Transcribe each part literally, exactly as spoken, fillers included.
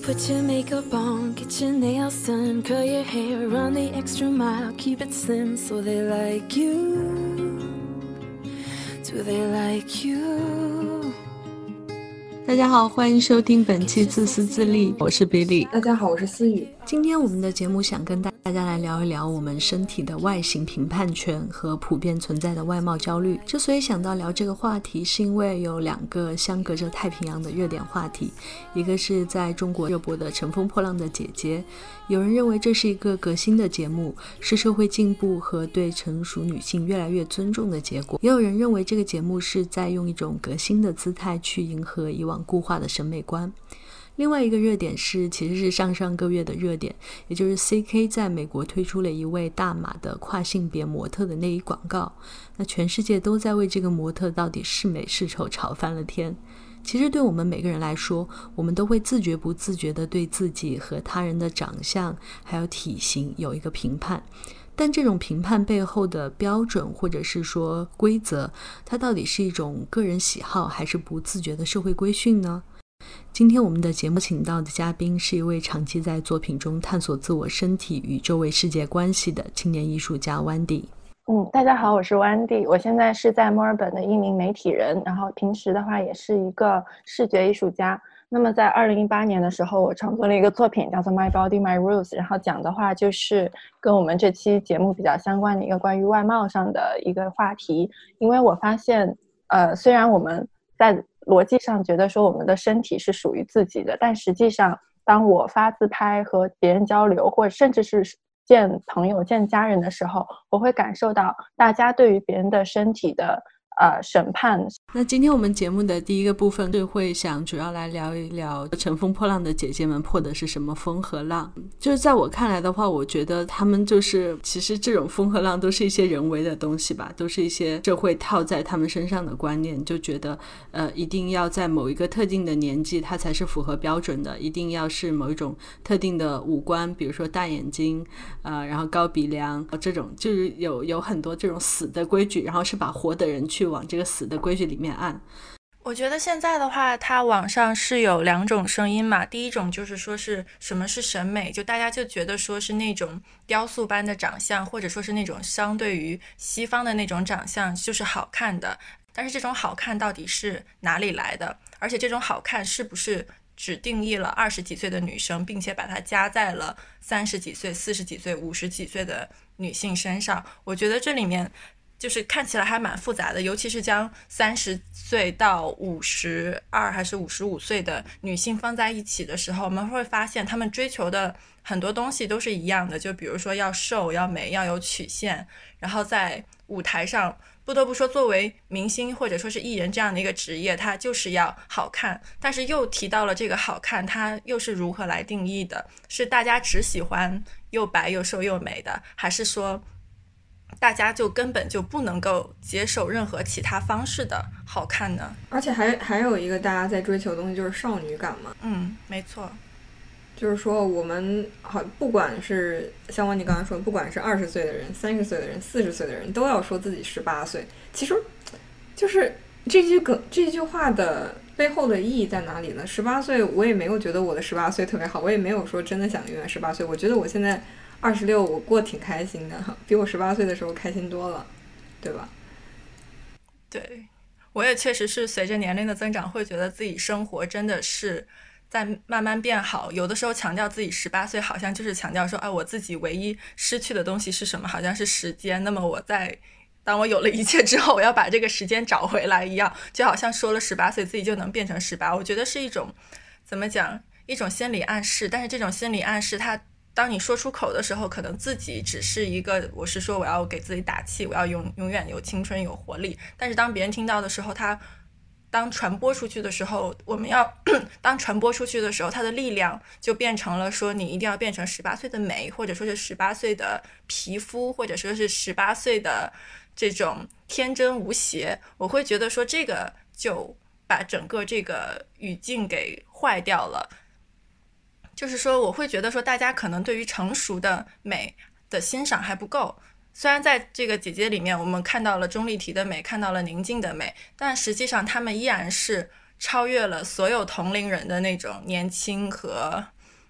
Put your makeup on, get your nails done, curl your hair, run the extra mile, keep it slim so they like you. Do they like you? 大家好，欢迎收听本期自私自利，我是比利。 大家好，我是思雨。 今天我们的节目想跟大家来聊一聊我们身体的外形评判权和普遍存在的外貌焦虑。之所以想到聊这个话题，是因为有两个相隔着太平洋的热点话题，一个是在中国热播的《乘风破浪的姐姐》，有人认为这是一个革新的节目，是社会进步和对成熟女性越来越尊重的结果，也有人认为这个节目是在用一种革新的姿态去迎合以往固化的审美观。另外一个热点是其实是上上个月的热点，也就是 C K 在美国推出了一位大码的跨性别模特的内衣广告，那全世界都在为这个模特到底是美是丑吵翻了天。其实对我们每个人来说，我们都会自觉不自觉地对自己和他人的长相还有体型有一个评判，但这种评判背后的标准或者是说规则，它到底是一种个人喜好还是不自觉的社会规训呢？今天我们的节目请到的嘉宾是一位长期在作品中探索自我身体与周围世界关系的青年艺术家 Wendy。 嗯，大家好，我是 Wendy， 我现在是在墨尔本的一名媒体人，然后平时的话也是一个视觉艺术家。那么在二零一八年的时候，我创作了一个作品叫做 My Body My Rules， 然后讲的话就是跟我们这期节目比较相关的一个关于外貌上的一个话题。因为我发现呃，虽然我们在逻辑上觉得说我们的身体是属于自己的，但实际上当我发自拍和别人交流，或者甚至是见朋友见家人的时候，我会感受到大家对于别人的身体的呃审判。 那今天我们节目的第一个部分是会想主要来聊一聊乘风破浪的姐姐们破的是什么风和浪。就是在我看来的话，我觉得他们就是其实这种风和浪都是一些人为的东西吧，都是一些社会套在他们身上的观念，就觉得呃一定要在某一个特定的年纪它才是符合标准的，一定要是某一种特定的五官，比如说大眼睛呃，然后高鼻梁，这种就是有有很多这种死的规矩，然后是把活的人去往这个死的规矩里面按。 我觉得现在的话，它网上是有两种声音嘛。第一种就是说是什么是审美，就大家就觉得说是那种雕塑般的长相，或者说是那种相对于西方的那种长相就是好看的。但是这种好看到底是哪里来的？而且这种好看是不是只定义了二十几岁的女生，并且把它加在了三十几岁、四十几岁、五十几岁的女性身上？我觉得这里面就是看起来还蛮复杂的，尤其是将三十岁到五十二还是五十五岁的女性放在一起的时候，我们会发现她们追求的很多东西都是一样的，就比如说要瘦、要美、要有曲线，然后在舞台上不得不说作为明星或者说是艺人这样的一个职业，它就是要好看。但是又提到了这个好看它又是如何来定义的，是大家只喜欢又白又瘦又美的，还是说大家就根本就不能够接受任何其他方式的好看呢？ 而且还还有一个大家在追求的东西就是少女感嘛。 嗯，没错。 就是说我们好，不管是像我你刚才说，不管是二十岁的人、三十岁的人、四十岁的人，都要说自己十八岁。其实就是这句梗这句话的背后的意义在哪里呢？十八岁，我也没有觉得我的十八岁特别好，我也没有说真的想永远十八岁。我觉得我现在二十六，我过挺开心的，比我十八岁的时候开心多了，对吧？ 对，我也确实是随着年龄的增长，会觉得自己生活真的是在慢慢变好。有的时候强调自己十八岁，好像就是强调说，哎，我自己唯一失去的东西是什么？好像是时间。那么我在当我有了一切之后，我要把这个时间找回来一样，就好像说了十八岁自己就能变成十八。我觉得是一种怎么讲，一种心理暗示。但是这种心理暗示它当你说出口的时候，可能自己只是一个我是说我要给自己打气，我要永永远有青春有活力。但是当别人听到的时候，他当传播出去的时候，我们要当传播出去的时候，它的力量就变成了说你一定要变成十八岁的美，或者说是十八岁的皮肤，或者说是十八岁的这种天真无邪。我会觉得说这个就把整个这个语境给坏掉了。就是说我会觉得说大家可能对于成熟的美的欣赏还不够。虽然在这个姐姐里面我们看到了钟丽缇的美，看到了宁静的美，但实际上她们依然是超越了所有同龄人的那种年轻和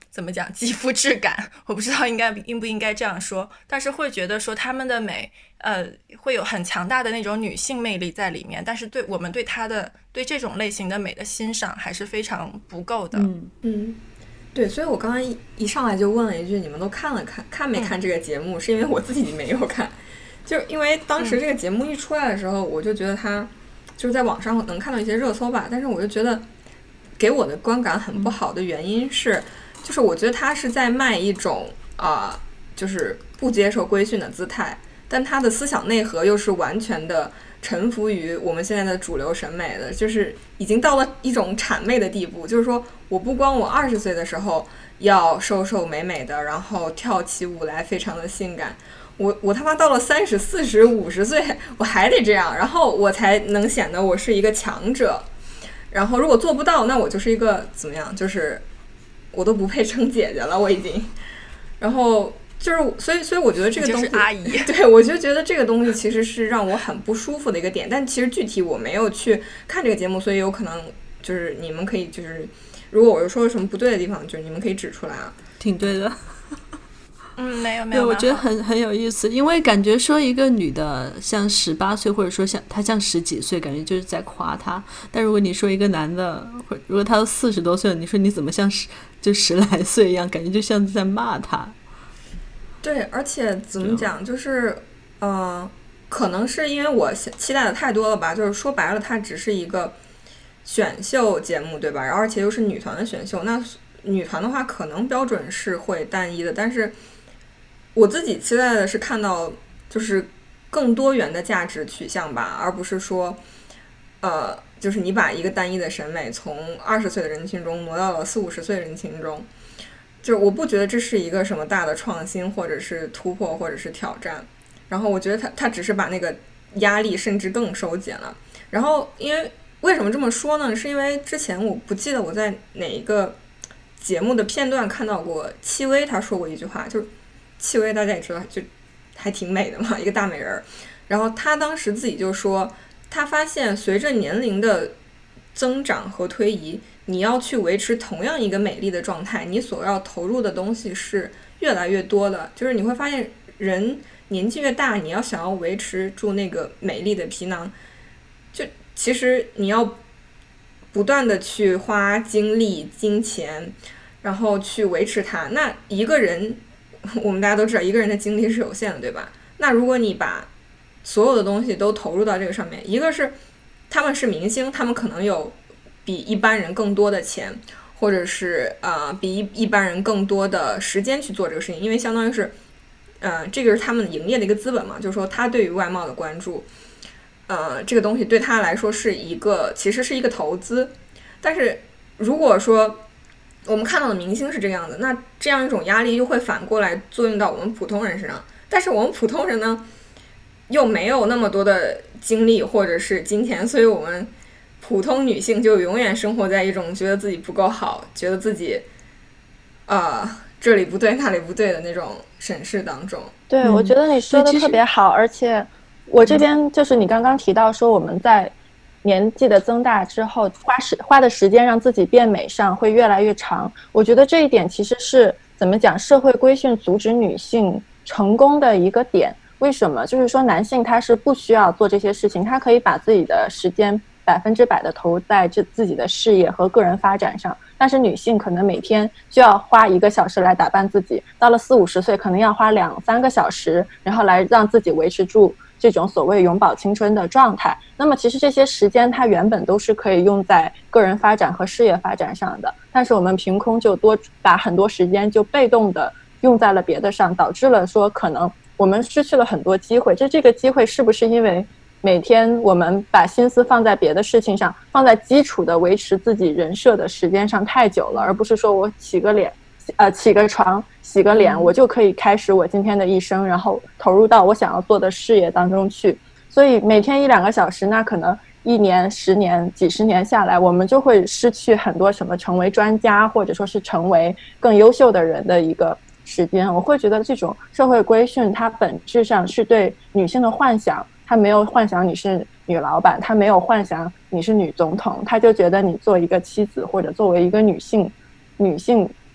怎么讲肌肤质感，我不知道应该应不应该这样说，但是会觉得说她们的美呃会有很强大的那种女性魅力在里面，但是对我们对她的对这种类型的美的欣赏还是非常不够的。 嗯嗯，对，所以我刚刚一一上来就问了一句，你们都看了看看没看这个节目？是因为我自己没有看，就因为当时这个节目一出来的时候，我就觉得它就是在网上能看到一些热搜吧，但是我就觉得给我的观感很不好的原因是，就是我觉得他是在卖一种啊、呃，就是不接受规训的姿态，但他的思想内核又是完全的臣服于我们现在的主流审美的，就是已经到了一种谄媚的地步。就是说我不光我二十岁的时候要瘦瘦美美的，然后跳起舞来非常的性感，我我他妈到了三十、四十、五十岁我还得这样，然后我才能显得我是一个强者。然后如果做不到，那我就是一个怎么样？就是我都不配称姐姐了，我已经。然后就是，所以所以我觉得这个东西， 就是阿姨。 对，我就觉得这个东西其实是让我很不舒服的一个点。但其实具体我没有去看这个节目，所以有可能就是你们可以就是，如果我有说什么不对的地方，就是你们可以指出来啊。 挺对的。 嗯，没有没有， 对，我觉得很很有意思，因为感觉说一个女的像十八岁，或者说像她像十几岁，感觉就是在夸她。但如果你说一个男的，或如果他都四十多岁了，你说你怎么像十就十来岁一样，感觉就像在骂他。 对，而且怎么讲，就是呃，可能是因为我期待的太多了吧，就是说白了，它只是一个选秀节目，对吧？然后而且又是女团的选秀，那女团的话，可能标准是会单一的，但是我自己期待的是看到就是更多元的价值取向吧，而不是说呃，就是你把一个单一的审美从二十岁的人群中挪到了四五十岁的人群中，就是我不觉得这是一个什么大的创新或者是突破或者是挑战，然后我觉得他他只是把那个压力甚至更收紧了。然后因为为什么这么说呢，是因为之前我不记得我在哪一个节目的片段看到过戚薇她说过一句话，就是戚薇大家也知道就还挺美的嘛，一个大美人。然后她当时自己就说，她发现随着年龄的增长和推移，你要去维持同样一个美丽的状态，你所要投入的东西是越来越多的。就是你会发现人年纪越大，你要想要维持住那个美丽的皮囊，就其实你要不断的去花精力金钱然后去维持它。那一个人我们大家都知道一个人的精力是有限的，对吧？那如果你把所有的东西都投入到这个上面，一个是他们是明星，他们可能有比一般人更多的钱，或者是呃比一一般人更多的时间去做这个事情，因为相当于是呃这个是他们营业的一个资本嘛，就是说他对于外貌的关注，呃这个东西对他来说是一个其实是一个投资。但是如果说我们看到的明星是这样的，那这样一种压力又会反过来作用到我们普通人身上，但是我们普通人呢又没有那么多的精力或者是金钱，所以我们普通女性就永远生活在一种觉得自己不够好，觉得自己呃这里不对那里不对的那种审视当中。 对、嗯、我觉得你说的特别好，而且我这边就是你刚刚提到说我们在年纪的增大之后花时花的时间让自己变美上会越来越长，我觉得这一点其实是怎么讲，社会规训阻止女性成功的一个点。为什么？就是说男性他是不需要做这些事情，他可以把自己的时间百分之百的投入在这自己的事业和个人发展上，但是女性可能每天就要花一个小时来打扮自己，到了四五十岁可能要花两三个小时，然后来让自己维持住这种所谓永葆青春的状态。那么其实这些时间它原本都是可以用在个人发展和事业发展上的，但是我们凭空就多把很多时间就被动的用在了别的上，导致了说可能我们失去了很多机会。这这个机会是不是因为每天我们把心思放在别的事情上，放在基础的维持自己人设的时间上太久了，而不是说我洗个脸呃，起个床洗个脸我就可以开始我今天的一生，然后投入到我想要做的事业当中去。所以每天一两个小时，那可能一年十年几十年下来，我们就会失去很多什么成为专家或者说是成为更优秀的人的一个时间。我会觉得这种社会规训它本质上是对女性的幻想，她没有幻想你是女老板，她没有幻想你是女总统，她就觉得你做一个妻子或者作为一个女性女性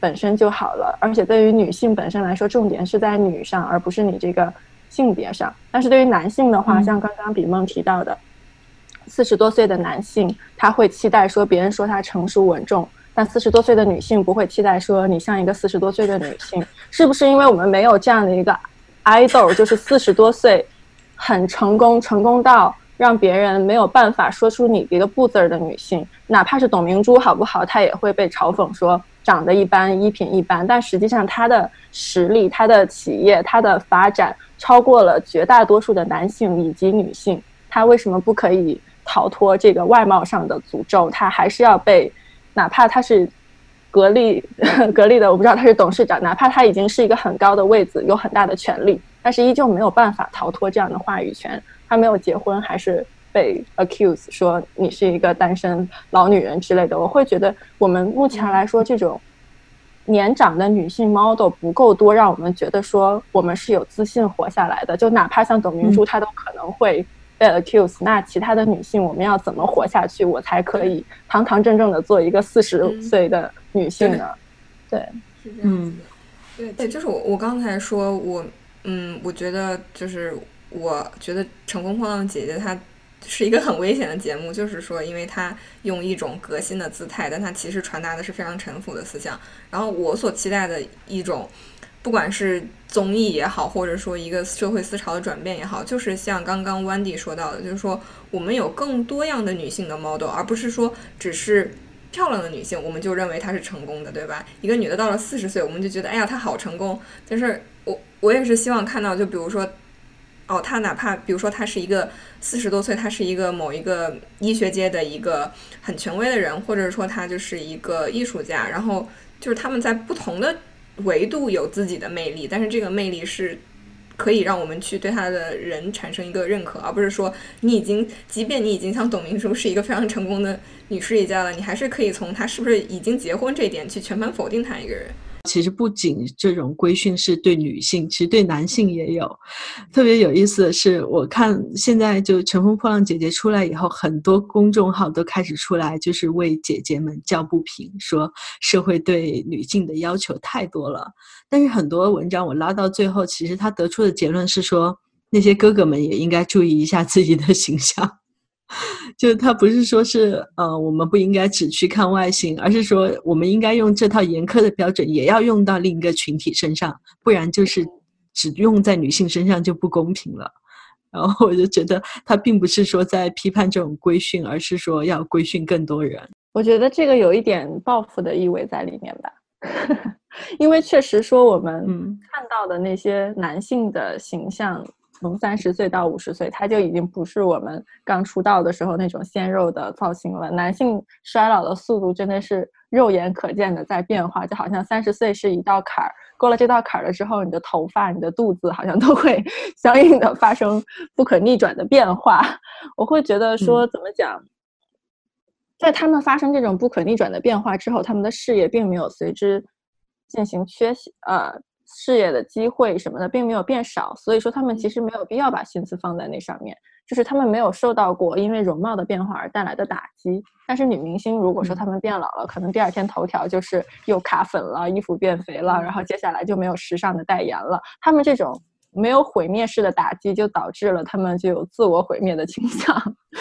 本身就好了，而且对于女性本身来说，重点是在女上，而不是你这个性别上。但是对于男性的话，像刚刚比梦提到的，四十多岁的男性他会期待说别人说他成熟稳重，但四十多岁的女性不会期待说你像一个四十多岁的女性。是不是因为我们没有这样的一个 idol， 就是四十多岁很成功，成功到让别人没有办法说出你一个不字的女性？哪怕是董明珠好不好，她也会被嘲讽说长得一般，衣品一般，但实际上她的实力，她的企业，她的发展超过了绝大多数的男性以及女性。她为什么不可以逃脱这个外貌上的诅咒？她还是要被，哪怕她是格力格力的，我不知道她是董事长，哪怕她已经是一个很高的位子，有很大的权力，但是依旧没有办法逃脱这样的话语权。她没有结婚，还是被 accuse 说你是一个单身老女人之类的。我会觉得我们目前来说，这种年长的女性 model 不够多，让我们觉得说我们是有自信活下来的。就哪怕像董明珠，她都可能会被 accuse， 那其他的女性我们要怎么活下去，我才可以堂堂正正的做一个四十岁的女性呢？对， 是这样子的。对对，就是我我刚才说我嗯，我觉得就是我觉得《乘风破浪姐姐》她是一个很危险的节目，就是说因为她用一种革新的姿态，但她其实传达的是非常陈腐的思想。然后我所期待的一种不管是综艺也好，或者说一个社会思潮的转变也好，就是像刚刚 Wendy 说到的，就是说我们有更多样的女性的 model， 而不是说只是漂亮的女性我们就认为她是成功的，对吧？一个女的到了四十岁，我们就觉得哎呀她好成功。但是我我也是希望看到，就比如说哦，她哪怕比如说她是一个四十多岁，她是一个某一个医学界的一个很权威的人，或者说她就是一个艺术家，然后就是他们在不同的维度有自己的魅力，但是这个魅力是可以让我们去对他的人产生一个认可，而不是说你已经即便你已经像董明珠是一个非常成功的女事业家了，你还是可以从她是不是已经结婚这一点去全盘否定她一个人。 其实不仅这种规训是对女性，其实对男性也有。特别有意思的是，我看现在就乘风破浪姐姐出来以后，很多公众号都开始出来就是为姐姐们叫不平，说社会对女性的要求太多了。但是很多文章我拉到最后，其实他得出的结论是说，那些哥哥们也应该注意一下自己的形象。就他不是说是呃我们不应该只去看外形，而是说我们应该用这套严苛的标准也要用到另一个群体身上，不然就是只用在女性身上就不公平了。然后我就觉得他并不是说在批判这种规训，而是说要规训更多人。 我觉得这个有一点报复的意味在里面吧。因为确实说我们看到的那些男性的形象，从三十岁到五十岁，他就已经不是我们刚出道的时候那种鲜肉的造型了。男性衰老的速度真的是肉眼可见的在变化，就好像三十岁是一道坎儿，过了这道坎儿了之后，你的头发、你的肚子好像都会相应的发生不可逆转的变化。我会觉得说，怎么讲？在他们发生这种不可逆转的变化之后，他们的事业并没有随之进行缺席，呃，事业的机会什么的并没有变少，所以说他们其实没有必要把心思放在那上面，就是他们没有受到过因为容貌的变化而带来的打击。但是女明星如果说他们变老了，可能第二天头条就是又卡粉了，衣服变肥了，然后接下来就没有时尚的代言了。他们这种没有毁灭式的打击，就导致了他们就有自我毁灭的倾向。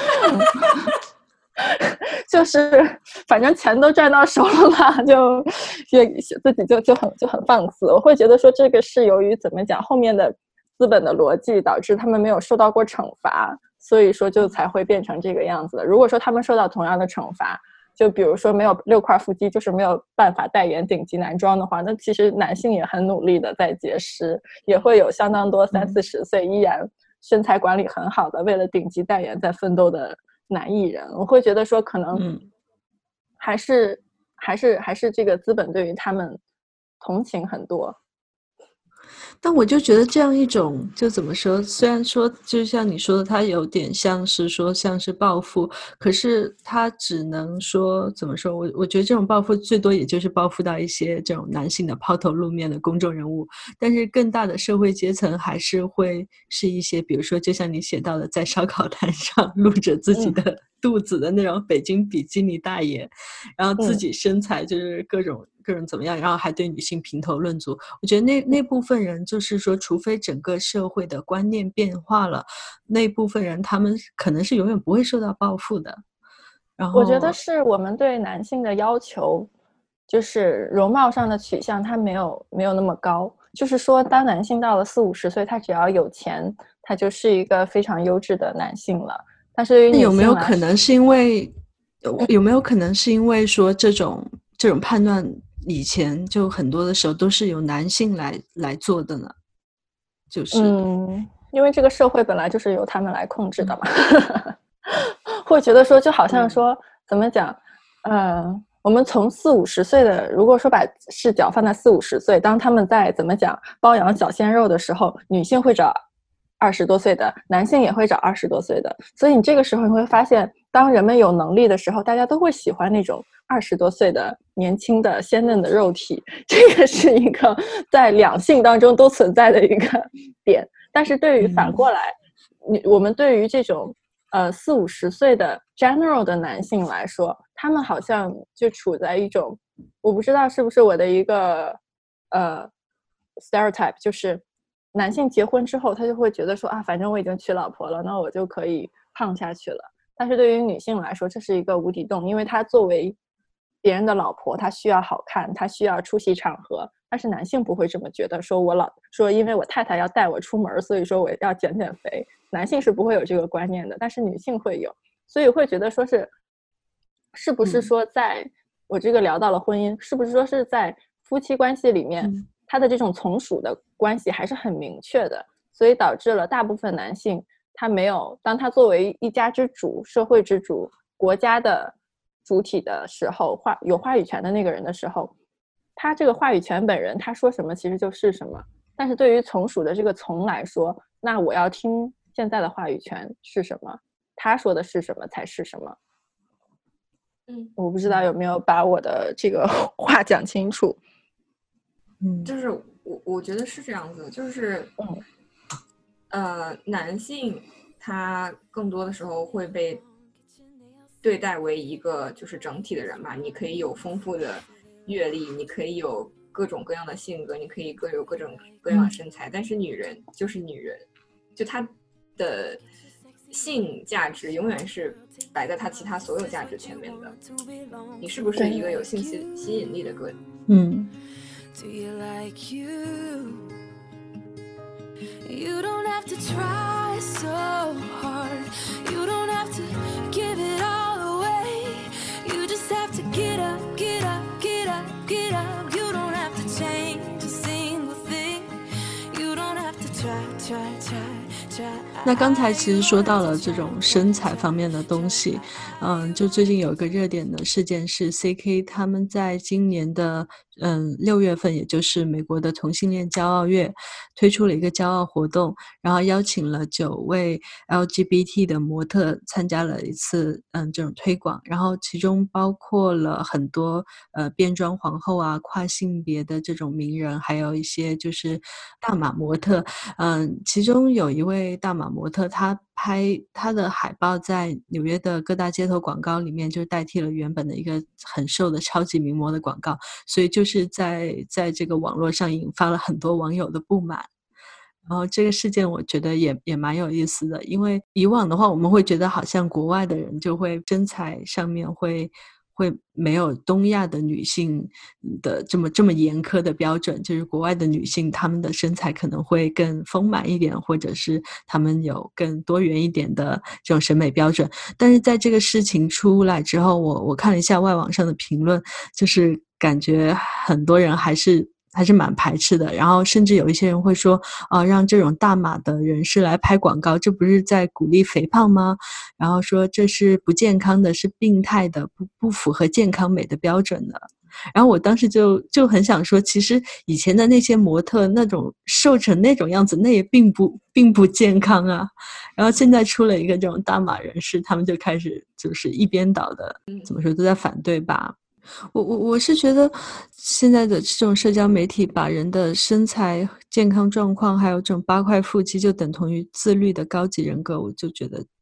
就是反正钱都赚到手了嘛，就也自己就就很就很放肆。我会觉得说这个是由于怎么讲，后面的资本的逻辑导致他们没有受到过惩罚，所以说就才会变成这个样子的。如果说他们受到同样的惩罚，就比如说没有六块腹肌就是没有办法代言顶级男装的话，那其实男性也很努力的在节食，也会有相当多三四十岁依然身材管理很好的为了顶级代言在奋斗的男艺人。我会觉得说可能还是、嗯、还是还是这个资本对于他们同情很多。 但我就觉得这样一种就怎么说，虽然说就像你说的它有点像是说像是报复，可是它只能说怎么说，我我觉得这种报复最多也就是报复到一些这种男性的抛头露面的公众人物，但是更大的社会阶层还是会是一些比如说就像你写到的在烧烤摊上露着自己的肚子的那种北京比基尼大爷，然后自己身材就是各种各种怎么样，然后还对女性评头论足。我觉得那那部分人就是说，除非整个社会的观念变化了，那部分人他们可能是永远不会受到报复的。然后我觉得是我们对男性的要求，就是容貌上的取向，他没有没有那么高。就是说，当男性到了四五十岁，他只要有钱，他就是一个非常优质的男性了。但是对于女性来说， 有没有可能是因为有有没有可能是因为说这种这种判断以前就很多的时候都是由男性来来做的呢？就是嗯，因为这个社会本来就是由他们来控制的嘛。嗯会觉得说，就好像说、嗯、怎么讲，呃，我们从四五十岁的，如果说把视角放在四五十岁，当他们在怎么讲包养小鲜肉的时候，女性会找二十多岁的，男性也会找二十多岁的，所以你这个时候你会发现，当人们有能力的时候，大家都会喜欢那种二十多岁的年轻的鲜嫩的肉体，这个是一个在两性当中都存在的一个点。但是对于反过来，嗯、我们对于这种呃，四五十岁的 general 的男性来说，他们好像就处在一种，我不知道是不是我的一个呃 stereotype， 就是男性结婚之后，他就会觉得说啊，反正我已经娶老婆了，那我就可以胖下去了。但是对于女性来说，这是一个无底洞，因为她作为别人的老婆，她需要好看，她需要出席场合。但是男性不会这么觉得，说我老说因为我太太要带我出门，所以说我要减减肥。男性是不会有这个观念的，但是女性会有，所以会觉得说是是不是说在、嗯、我这个聊到了婚姻，是不是说是在夫妻关系里面、嗯、他的这种从属的关系还是很明确的，所以导致了大部分男性他没有，当他作为一家之主、社会之主、国家的主体的时候，话有话语权的那个人的时候，他这个话语权本人他说什么其实就是什么。但是对于从属的这个从来说，那我要听现在的话语权是什么，他说的是什么才是什么。嗯，我不知道有没有把我的这个话讲清楚。 嗯，就是我我觉得是这样子，就是嗯，呃，男性他更多的时候会被对待为一个就是整体的人吧，你可以有丰富的阅历，你可以有各种各样的性格，你可以各有各种各样的身材、嗯、但是女人就是女人，就她的性价值永远是摆在她其他所有价值前面的。你是不是一个有性吸吸引力的个人？ 嗯。 Do you like you? You don't have to try so hard. You don't have to give it all away. You just have to get up, get up, get up, get up. You don't have to change a single thing. You don't have to try, try, try, try. 那刚才其实说到了这种身材方面的东西，嗯，就最近有一个热点的事件是 C K 他们在今年的嗯六月份，也就是美国的同性恋骄傲月，推出了一个骄傲活动，然后邀请了九位 L G B T 的模特参加了一次嗯这种推广，然后其中包括了很多呃变装皇后啊、跨性别的这种名人，还有一些就是大码模特，嗯，其中有一位大码模特，他拍他的海报在纽约的各大街头广告里面，就代替了原本的一个很瘦的超级名模的广告，所以就是在在这个网络上引发了很多网友的不满。然后这个事件我觉得也也蛮有意思的，因为以往的话我们会觉得好像国外的人就会身材上面会会没有东亚的女性的这么这么严苛的标准，就是国外的女性她们的身材可能会更丰满一点，或者是她们有更多元一点的这种审美标准。但是在这个事情出来之后，我我看了一下外网上的评论，就是感觉很多人还是还是蛮排斥的，然后甚至有一些人会说啊、呃，让这种大码的人士来拍广告，这不是在鼓励肥胖吗？然后说这是不健康的，是病态的，不不符合健康美的标准的。然后我当时就就很想说，其实以前的那些模特那种瘦成那种样子，那也并不并不健康啊。然后现在出了一个这种大码人士，他们就开始就是一边倒的，怎么说都在反对吧。我我我是觉得现在的这种社交媒体把人的身材健康状况还有这种八块腹肌就等同于自律的高级人格，我就觉得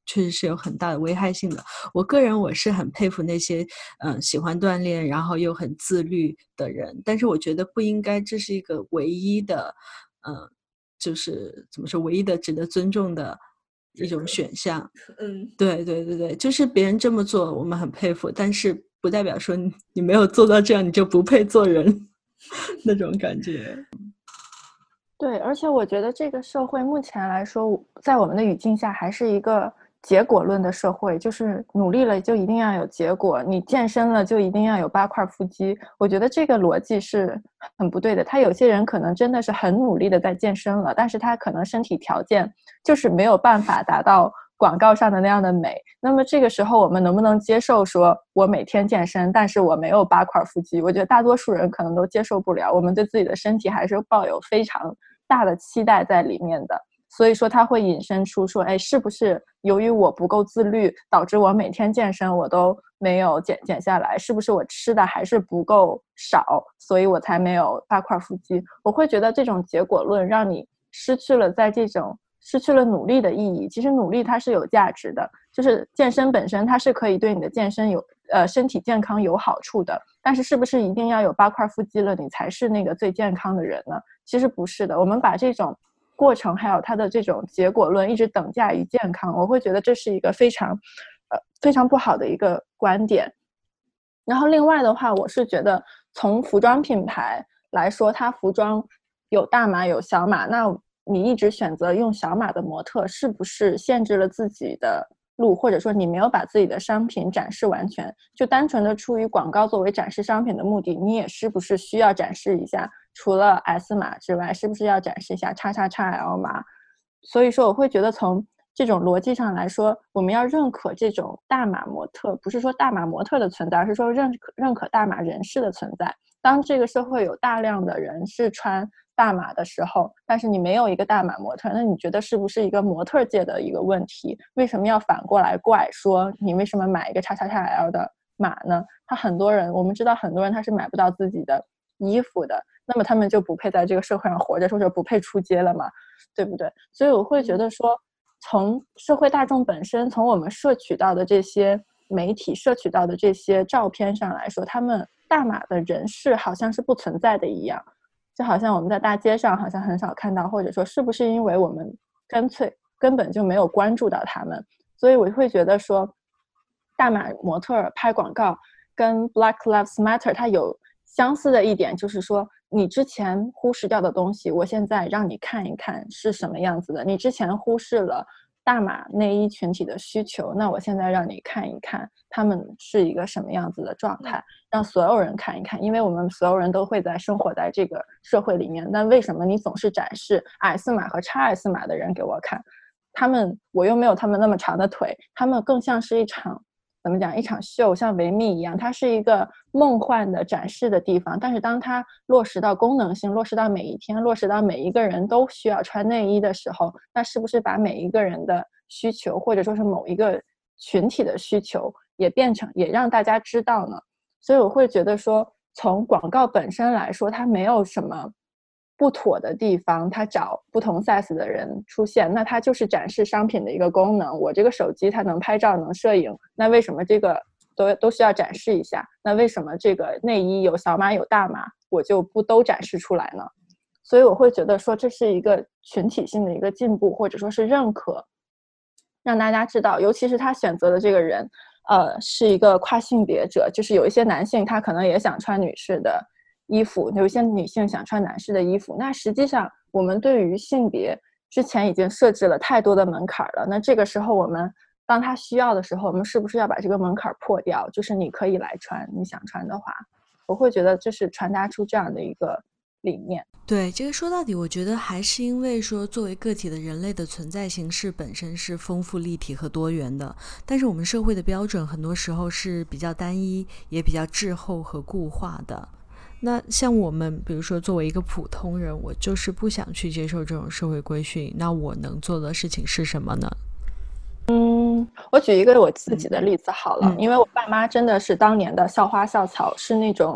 确实是有很大的危害性的。我个人我是很佩服那些嗯、呃、喜欢锻炼然后又很自律的人，但是我觉得不应该这是一个唯一的嗯、呃、就是怎么说唯一的值得尊重的一种选项。 嗯， 对对对对，就是别人这么做我们很佩服，但是不代表说 你, 你没有做到这样你就不配做人那种感觉。 对，而且我觉得这个社会目前来说，在我们的语境下还是一个结果论的社会，就是努力了就一定要有结果，你健身了就一定要有八块腹肌。我觉得这个逻辑是很不对的。他有些人可能真的是很努力的在健身了，但是他可能身体条件就是没有办法达到广告上的那样的美。那么这个时候我们能不能接受说我每天健身但是我没有八块腹肌？我觉得大多数人可能都接受不了。我们对自己的身体还是抱有非常大的期待在里面的，所以说它会引申出说，哎，是不是由于我不够自律导致我每天健身我都没有减减下来？是不是我吃的还是不够少，所以我才没有八块腹肌？我会觉得这种结果论让你失去了在这种失去了努力的意义。其实努力它是有价值的，就是健身本身它是可以对你的健身有呃身体健康有好处的，但是是不是一定要有八块腹肌了你才是那个最健康的人呢？其实不是的。我们把这种过程还有它的这种结果论一直等价于健康，我会觉得这是一个非常呃非常不好的一个观点。然后另外的话，我是觉得从服装品牌来说，它服装有大码有小码，那你一直选择用小码的模特，是不是限制了自己的路，或者说你没有把自己的商品展示完全？就单纯的出于广告作为展示商品的目的，你也是不是需要展示一下除了 S 码之外，是不是要展示一下 X X X L 码？所以说我会觉得从这种逻辑上来说，我们要认可这种大码模特，不是说大码模特的存在，而是说认可认可大码人士的存在。当这个社会有大量的人是穿大码的时候，但是你没有一个大码模特，那你觉得是不是一个模特界的一个问题？为什么要反过来怪说你为什么买一个 X X X L 的码呢？他很多人，我们知道很多人他是买不到自己的衣服的，那么他们就不配在这个社会上活着，说是不配出街了嘛，对不对？所以我会觉得说，从社会大众本身，从我们摄取到的这些媒体摄取到的这些照片上来说，他们大码的人士好像是不存在的一样，就好像我们在大街上好像很少看到，或者说是不是因为我们干脆根本就没有关注到他们。所以我会觉得说，大码模特拍广告跟 Black Lives Matter 它有相似的一点，就是说你之前忽视掉的东西，我现在让你看一看是什么样子的。你之前忽视了大码内衣群体的需求，那我现在让你看一看他们是一个什么样子的状态，让所有人看一看。因为我们所有人都会在生活在这个社会里面，那为什么你总是展示 S 码和 X S 码的人给我看？他们我又没有他们那么长的腿，他们更像是一场怎么讲一场秀，像维密一样，它是一个梦幻的展示的地方。但是当它落实到功能性，落实到每一天，落实到每一个人都需要穿内衣的时候，那是不是把每一个人的需求，或者说是某一个群体的需求也变成也让大家知道呢？所以我会觉得说，从广告本身来说，它没有什么不妥的地方，它找不同 size 的人出现，那它就是展示商品的一个功能。我这个手机它能拍照能摄影，那为什么这个都都需要展示一下？那为什么这个内衣有小码有大码我就不都展示出来呢？所以我会觉得说，这是一个群体性的一个进步，或者说是认可，让大家知道，尤其是他选择的这个人呃，是一个跨性别者，就是有一些男性他可能也想穿女士的衣服，有一些女性想穿男士的衣服。那实际上我们对于性别之前已经设置了太多的门槛了，那这个时候我们当他需要的时候，我们是不是要把这个门槛破掉，就是你可以来穿，你想穿的话。我会觉得这是传达出这样的一个理念。 对，这个说到底我觉得还是因为说作为个体的人类的存在形式本身是丰富立体和多元的，但是我们社会的标准很多时候是比较单一，也比较滞后和固化的。那像我们比如说作为一个普通人，我就是不想去接受这种社会规训，那我能做的事情是什么呢？ 嗯，我举一个我自己的例子好了、 嗯、 因为我爸妈真的是当年的校花校草，是那种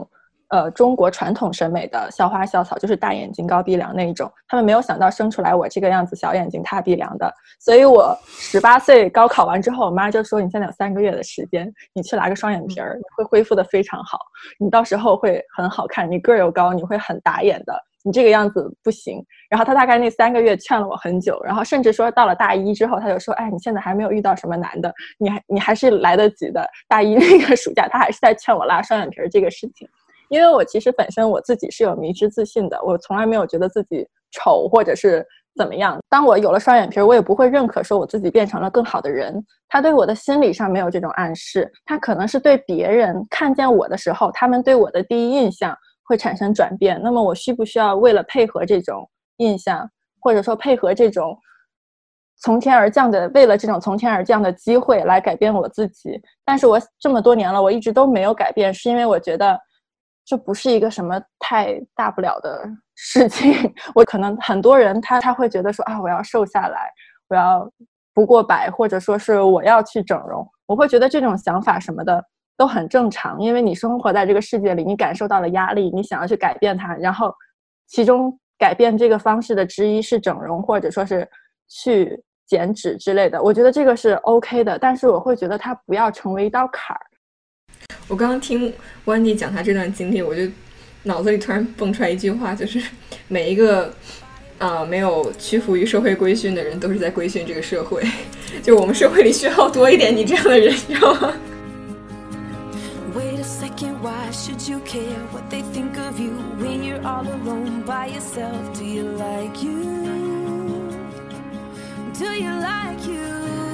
呃中国传统审美的校花校草，就是大眼睛高鼻梁那一种，他们没有想到生出来我这个样子小眼睛塌鼻梁的。所以我十八岁高考完之后，我妈就说你现在有三个月的时间，你去拉个双眼皮儿，你会恢复的非常好，你到时候会很好看，你个儿又高，你会很打眼的，你这个样子不行。然后他大概那三个月劝了我很久，然后甚至说到了大一之后，他就说，哎，你现在还没有遇到什么男的，你还你还是来得及的。大一那个暑假，他还是在劝我拉双眼皮这个事情。因为我其实本身我自己是有迷之自信的，我从来没有觉得自己丑或者是怎么样。当我有了双眼皮，我也不会认可说我自己变成了更好的人。他对我的心理上没有这种暗示，他可能是对别人看见我的时候，他们对我的第一印象会产生转变。那么我需不需要为了配合这种印象，或者说配合这种从天而降的，为了这种从天而降的机会来改变我自己？但是我这么多年了，我一直都没有改变，是因为我觉得这不是一个什么太大不了的事情。我可能很多人他他会觉得说啊，我要瘦下来，我要不过百，或者说是我要去整容。我会觉得这种想法什么的都很正常，因为你生活在这个世界里，你感受到了压力，你想要去改变它，然后其中改变这个方式的之一是整容，或者说是去减脂之类的。我觉得这个是 OK 的，但是我会觉得它不要成为一道坎儿。 我刚刚听温迪讲他这段经历，我就脑子里突然蹦出来一句话，就是每一个呃没有屈服于社会规训的人都是在规训这个社会。就我们社会里需要多一点你这样的人，知道吗？ Wait a second, why should you care what they think of you when you're all alone by yourself? Do you like you? Do you like you?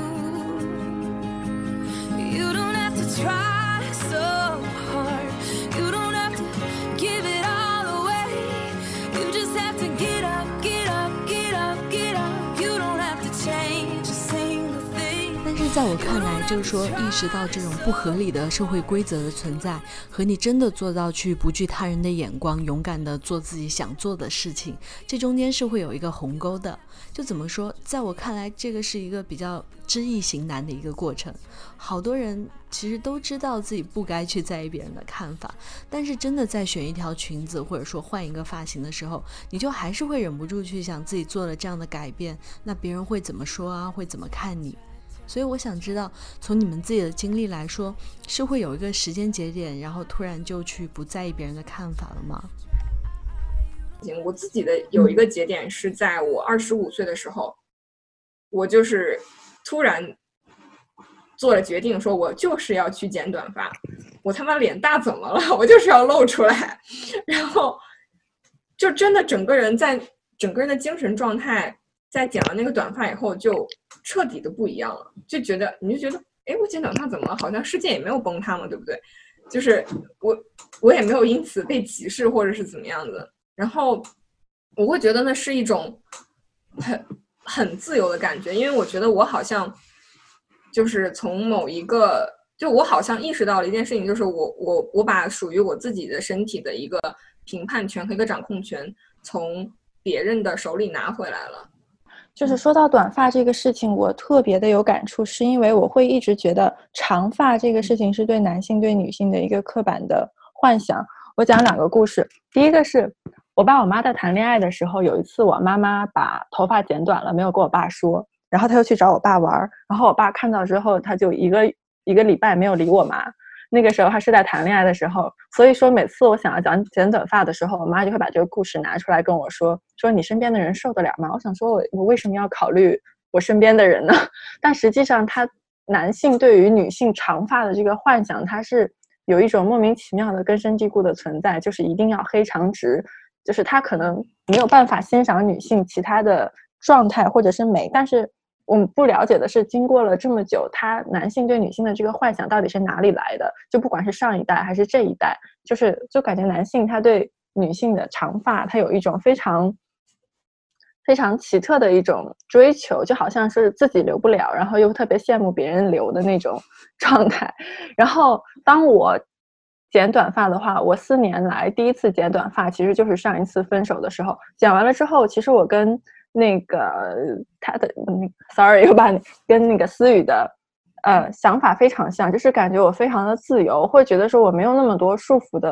You don't have to try so hard. You don't have to give it all away. You just have to get up, get up, get up, get up. You don't have to change a single thing. 但是在我看来，就是说意识到这种不合理的社会规则的存在，和你真的做到去不惧他人的眼光，勇敢的做自己想做的事情，这中间是会有一个鸿沟的。就怎么说，在我看来，这个是一个比较知易行难的一个过程。好多人其实都知道自己不该去在意别人的看法，但是真的在选一条裙子或者说换一个发型的时候，你就还是会忍不住去想自己做了这样的改变，那别人会怎么说啊，会怎么看你。所以我想知道，从你们自己的经历来说，是会有一个时间节点，然后突然就去不在意别人的看法了吗？ 我自己的有一个节点是在我二十五岁的时候，我就是突然做了决定，说我就是要去剪短发。我他妈脸大怎么了？我就是要露出来。然后就真的整个人在整个人的精神状态，在剪了那个短发以后，就彻底的不一样了。就觉得你就觉得，哎，我剪短发怎么了？好像世界也没有崩塌嘛，对不对？就是我我也没有因此被歧视或者是怎么样的。然后我会觉得那是一种很很自由的感觉，因为我觉得我好像就是从某一个，就我好像意识到了一件事情，就是我我我把属于我自己的身体的一个评判权和一个掌控权从别人的手里拿回来了。 就是说到短发这个事情，我特别的有感触，是因为我会一直觉得长发这个事情是对男性对女性的一个刻板的幻想。我讲两个故事，第一个是我爸我妈在谈恋爱的时候，有一次我妈妈把头发剪短了，没有跟我爸说，然后他就去找我爸玩，然后我爸看到之后，他就一个一个礼拜没有理我妈。那个时候他是在谈恋爱的时候，所以说每次我想要讲剪短发的时候，我妈就会把这个故事拿出来跟我说，说你身边的人受得了吗？我想说我我为什么要考虑我身边的人呢？但实际上他男性对于女性长发的这个幻想，它是有一种莫名其妙的根深蒂固的存在，就是一定要黑长直，就是他可能没有办法欣赏女性其他的状态或者是美，但是我们不了解的是，经过了这么久，他男性对女性的这个幻想到底是哪里来的？就不管是上一代还是这一代，就是就感觉男性他对女性的长发，他有一种非常非常奇特的一种追求，就好像是自己留不了，然后又特别羡慕别人留的那种状态。然后当我剪短发的话，我四年来第一次剪短发，其实就是上一次分手的时候。剪完了之后，其实我跟那个他的那个 sorry 又把跟那个思雨的呃想法非常像，就是感觉我非常的自由，会觉得说我没有那么多束缚的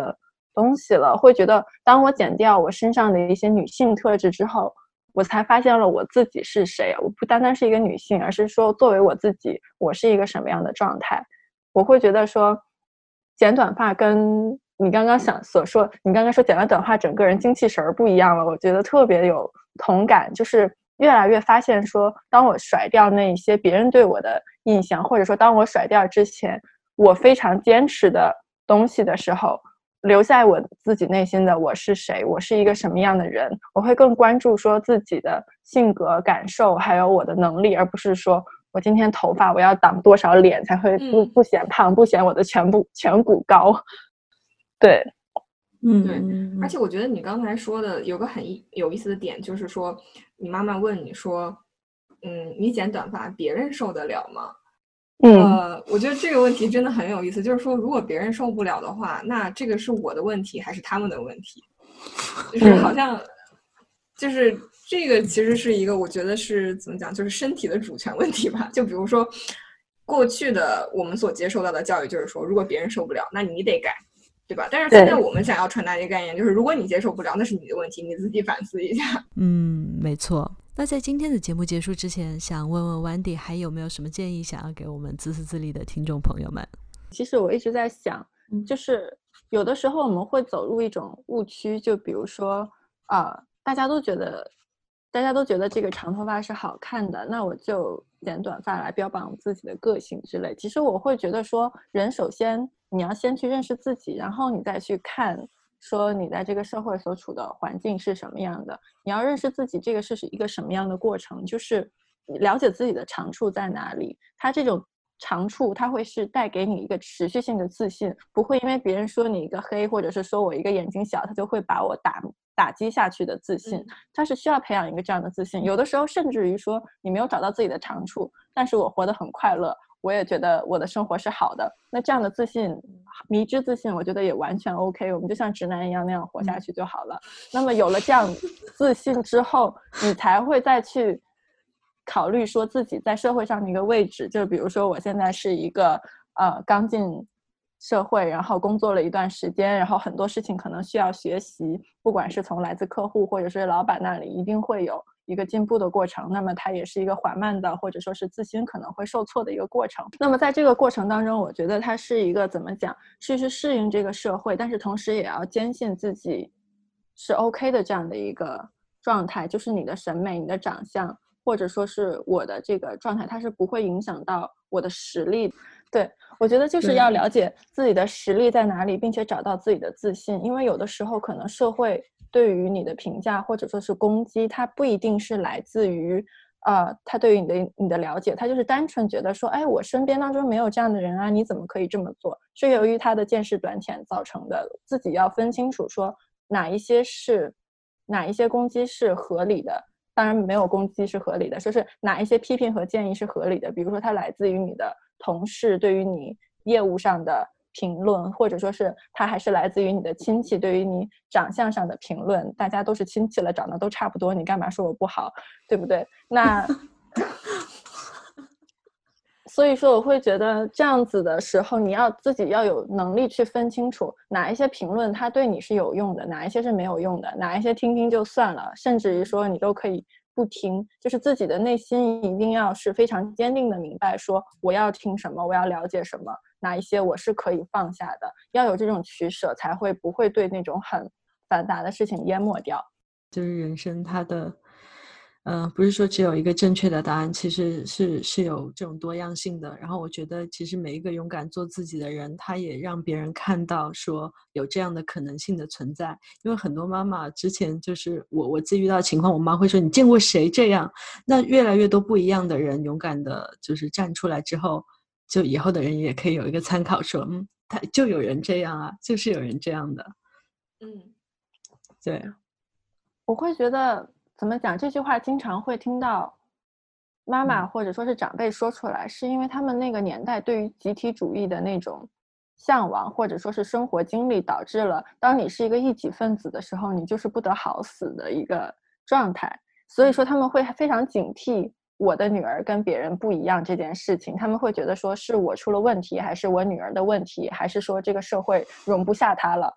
东西了，会觉得当我减掉我身上的一些女性特质之后，我才发现了我自己是谁。我不单单是一个女性，而是说作为我自己，我是一个什么样的状态。我会觉得说剪短发跟你刚刚想所说，你刚刚说剪了短发整个人精气神儿不一样了，我觉得特别有同感。就是越来越发现说，当我甩掉那些别人对我的印象，或者说当我甩掉之前我非常坚持的东西的时候，留在我自己内心的我是谁，我是一个什么样的人，我会更关注说自己的性格感受还有我的能力，而不是说我今天头发我要挡多少脸才会不不显胖，不显我的颧骨颧骨高。对， 嗯，对。而且我觉得你刚才说的有个很有意思的点，就是说你妈妈问你说，嗯，你剪短发别人受得了吗？ 嗯， 呃，我觉得这个问题真的很有意思，就是说如果别人受不了的话，那这个是我的问题还是他们的问题？就是好像就是这个其实是一个我觉得是怎么讲，就是身体的主权问题吧。就比如说过去的我们所接受到的教育就是说，如果别人受不了，那你得改，对吧？但是现在我们想要传达一个概念，就是如果你接受不了，那是你的问题，你自己反思一下。 嗯，没错。那在今天的节目结束之前，想问问 Wendy 还有没有什么建议想要给我们自私自利的听众朋友们？ 其实我一直在想，就是有的时候我们会走入一种误区，就比如说啊、呃，大家都觉得大家都觉得这个长头发是好看的，那我就剪短发来标榜自己的个性之类。其实我会觉得说，人首先你要先去认识自己，然后你再去看说你在这个社会所处的环境是什么样的。你要认识自己，这个是一个什么样的过程，就是了解自己的长处在哪里。它这种长处它会是带给你一个持续性的自信，不会因为别人说你一个黑，或者是说我一个眼睛小，他就会把我打打击下去的自信。它是需要培养一个这样的自信。有的时候甚至于说你没有找到自己的长处，但是我活得很快乐，我也觉得我的生活是好的，那这样的自信，迷之自信，我觉得也完全 OK。 我们就像直男一样那样活下去就好了。那么有了这样自信之后，你才会再去考虑说自己在社会上的一个位置。就比如说我现在是一个呃刚进社会，然后工作了一段时间，然后很多事情可能需要学习，不管是从来自客户或者是老板那里，一定会有一个进步的过程。那么它也是一个缓慢的，或者说是自信可能会受挫的一个过程。那么在这个过程当中，我觉得它是一个怎么讲，是去适应这个社会，但是同时也要坚信自己是 OK 的这样的一个状态，就是你的审美、你的长相，或者说是我的这个状态，它是不会影响到我的实力。对，我觉得就是要了解自己的实力在哪里，并且找到自己的自信。因为有的时候可能社会对于你的评价或者说是攻击，它不一定是来自于呃，他对于你的你的了解，他就是单纯觉得说，哎，我身边当中没有这样的人啊，你怎么可以这么做？是由于他的见识短浅造成的。自己要分清楚说哪一些是哪一些攻击是合理的，当然没有攻击是合理的，说是哪一些批评和建议是合理的。比如说它来自于你的同事对于你业务上的评论，或者说是它还是来自于你的亲戚对于你长相上的评论。大家都是亲戚了，长得都差不多，你干嘛说我不好，对不对？那所以说我会觉得这样子的时候，你要自己要有能力去分清楚哪一些评论它对你是有用的，哪一些是没有用的，哪一些听听就算了，甚至于说你都可以不听。就是自己的内心一定要是非常坚定的明白说我要听什么，我要了解什么，哪一些我是可以放下的，要有这种取舍，才会不会对那种很繁杂的事情淹没掉。 就是人生它的呃，不是说只有一个正确的答案，其实是是有这种多样性的。然后我觉得其实每一个勇敢做自己的人，他也让别人看到说有这样的可能性的存在。因为很多妈妈之前就是我我自己遇到的情况，我妈会说你见过谁这样。那越来越多不一样的人勇敢的就是站出来之后，就以后的人也可以有一个参考说，嗯，他就有人这样啊，就是有人这样的。 嗯， 对， 我会觉得怎么讲，这句话经常会听到妈妈或者说是长辈说出来，是因为他们那个年代对于集体主义的那种向往，或者说是生活经历，导致了当你是一个异己分子的时候，你就是不得好死的一个状态。所以说他们会非常警惕我的女儿跟别人不一样这件事情，他们会觉得说是我出了问题，还是我女儿的问题，还是说这个社会容不下她了。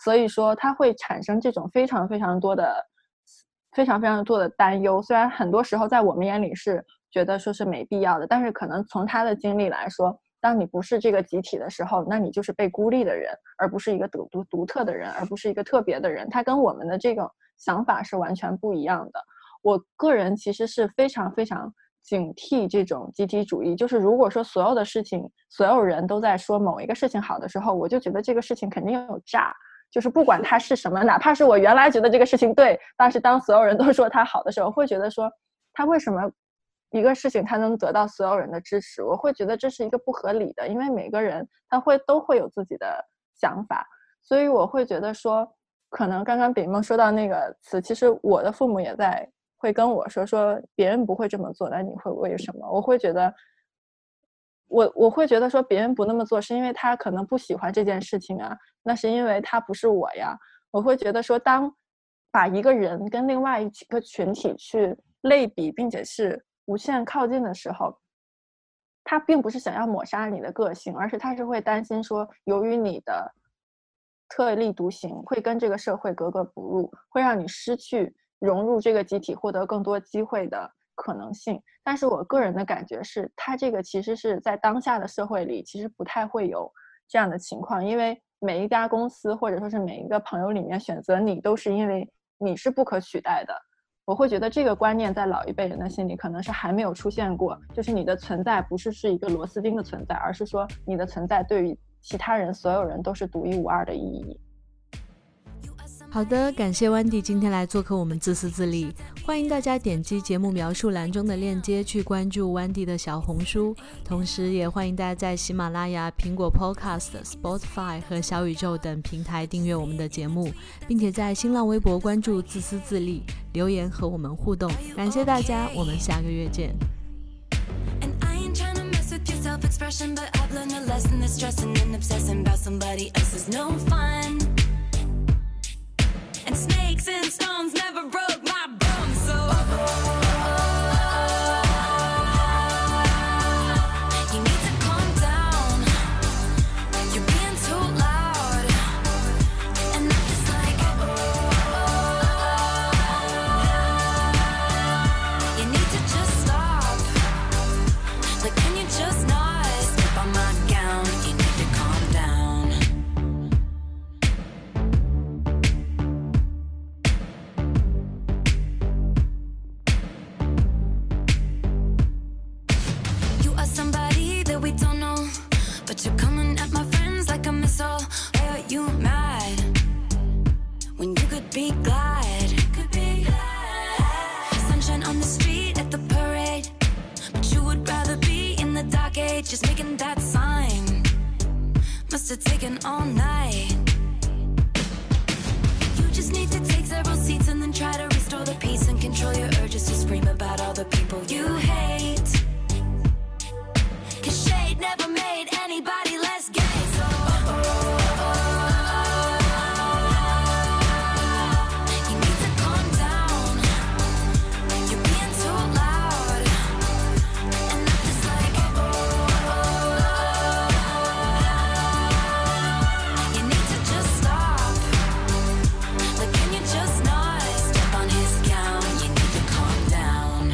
所以说它会产生这种非常非常多的非常非常多的担忧。虽然很多时候在我们眼里是觉得说是没必要的，但是可能从他的经历来说，当你不是这个集体的时候，那你就是被孤立的人，而不是一个独独独特的人，而不是一个特别的人。他跟我们的这种想法是完全不一样的。我个人其实是非常非常警惕这种集体主义，就是如果说所有的事情所有人都在说某一个事情好的时候，我就觉得这个事情肯定有诈，就是不管它是什么，哪怕是我原来觉得这个事情对，但是当所有人都说它好的时候，会觉得说它为什么一个事情它能得到所有人的支持，我会觉得这是一个不合理的，因为每个人他会都会有自己的想法。所以我会觉得说，可能刚刚炳梦说到那个词，其实我的父母也在会跟我说说别人不会这么做，那你会为什么？我会觉得我我会觉得说别人不那么做是因为他可能不喜欢这件事情啊，那是因为他不是我呀。我会觉得说，当把一个人跟另外一个群体去类比，并且是无限靠近的时候，他并不是想要抹杀你的个性，而是他是会担心说，由于你的特立独行会跟这个社会格格不入，会让你失去融入这个集体获得更多机会的可能性。但是我个人的感觉是，他这个其实是在当下的社会里其实不太会有这样的情况，因为每一家公司或者说是每一个朋友里面选择你，都是因为你是不可取代的。我会觉得这个观念在老一辈人的心里可能是还没有出现过，就是你的存在不是是一个螺丝钉的存在，而是说你的存在对于其他人所有人都是独一无二的意义。 好的，感谢 Wendy 今天来做客我们自私自利，欢迎大家点击节目描述栏中的链接去关注 Wendy 的小红书，同时也欢迎大家在喜马拉雅、苹果 Podcast、Spotify 和小宇宙等平台订阅我们的节目，并且在新浪微博关注自私自利，留言和我们互动。感谢大家，我们下个月见。Self-expression, but I've learned a lesson that stressing and obsessing about somebody else is no fun. And snakes and stones never broke my bones, so you need to calm down. You're being too loud, and I'm just like, you need to just stop. Like, can you just not? You're coming at my friends like a missile. Why are you mad when you could be glad? Could be glad. Sunshine on the street at the parade, but you would rather be in the dark age, just making that sign. Must have taken all night. You just need to take several seats and then try to restore the peace and control your urges to scream about all the people you hate. Cause shade never made anybody less gay, so you need to calm down. You're being too loud, and I'm just like, you need to just stop. Like, can you just not step on his gown? You need to calm down.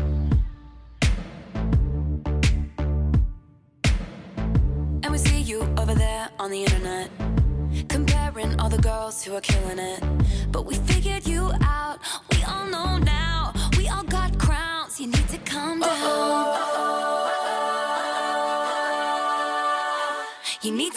And we see you over there on the internet, comparing all the girls who are killing it. But we figured you out, we all know now. We all got crowns, you need to calm down. You need to